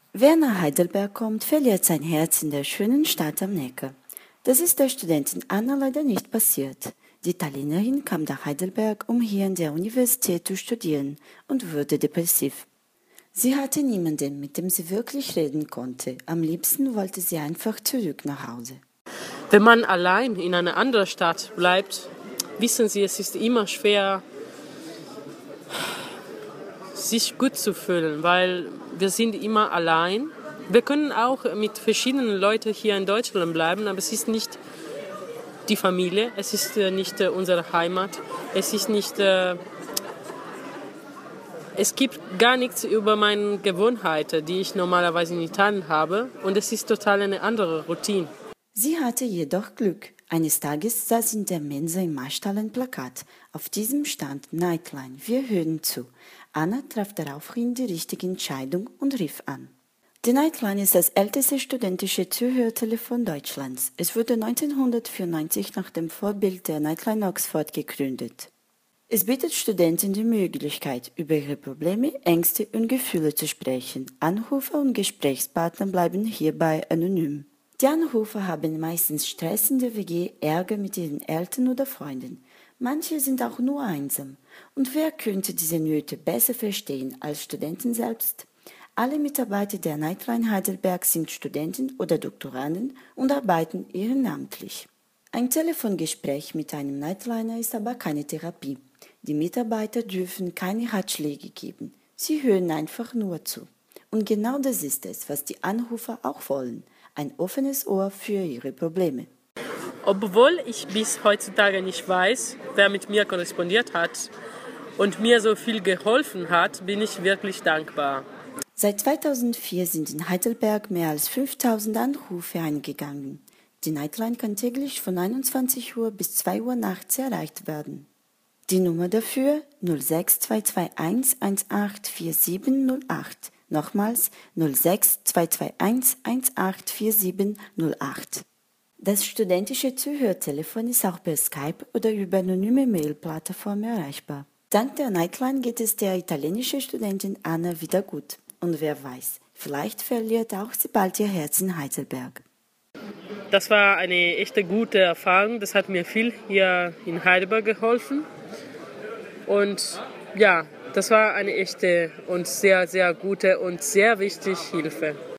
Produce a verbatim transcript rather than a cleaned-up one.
Wer nach Heidelberg kommt, verliert sein Herz in der schönen Stadt am Neckar. Das ist der Studentin Anna leider nicht passiert. Die Italienerin kam nach Heidelberg, um hier an der Universität zu studieren, und wurde depressiv. Sie hatte niemanden, mit dem sie wirklich reden konnte. Am liebsten wollte sie einfach zurück nach Hause. Wenn man allein in einer anderen Stadt bleibt, wissen Sie, es ist immer schwer, sich gut zu fühlen, weil wir sind immer allein. Wir können auch mit verschiedenen Leuten hier in Deutschland bleiben, aber es ist nicht die Familie, es ist nicht unsere Heimat, es ist nicht, äh, es gibt gar nichts über meine Gewohnheiten, die ich normalerweise in Italien habe, und es ist total eine andere Routine. Sie hatte jedoch Glück. Eines Tages saß in der Mensa im Marstall ein Plakat. Auf diesem stand Nightline, wir hören zu. Anna traf daraufhin die richtige Entscheidung und rief an. Die Nightline ist das älteste studentische Zuhörtelefon Deutschlands. Es wurde neunzehnhundertvierundneunzig nach dem Vorbild der Nightline Oxford gegründet. Es bietet Studenten die Möglichkeit, über ihre Probleme, Ängste und Gefühle zu sprechen. Anrufer und Gesprächspartner bleiben hierbei anonym. Die Anrufer haben meistens Stress in der W G, Ärger mit ihren Eltern oder Freunden. Manche sind auch nur einsam. Und wer könnte diese Nöte besser verstehen als Studenten selbst? Alle Mitarbeiter der Nightline Heidelberg sind Studenten oder Doktoranden und arbeiten ehrenamtlich. Ein Telefongespräch mit einem Nightliner ist aber keine Therapie. Die Mitarbeiter dürfen keine Ratschläge geben. Sie hören einfach nur zu. Und genau das ist es, was die Anrufer auch wollen. Ein offenes Ohr für ihre Probleme. Obwohl ich bis heutzutage nicht weiß, wer mit mir korrespondiert hat und mir so viel geholfen hat, bin ich wirklich dankbar. Seit zweitausendvier sind in Heidelberg mehr als fünftausend Anrufe eingegangen. Die Nightline kann täglich von einundzwanzig Uhr bis zwei Uhr nachts erreicht werden. Die Nummer dafür null sechs zwei zwei eins eins acht vier sieben null acht. Nochmals null sechs zwei zwei eins eins acht vier sieben null acht. Das studentische Zuhörtelefon ist auch per Skype oder über anonyme Mail-Plattformen erreichbar. Dank der Nightline geht es der italienischen Studentin Anna wieder gut. Und wer weiß, vielleicht verliert auch sie bald ihr Herz in Heidelberg. Das war eine echte gute Erfahrung. Das hat mir viel hier in Heidelberg geholfen. Und ja, das war eine echte und sehr, sehr gute und sehr wichtige Hilfe.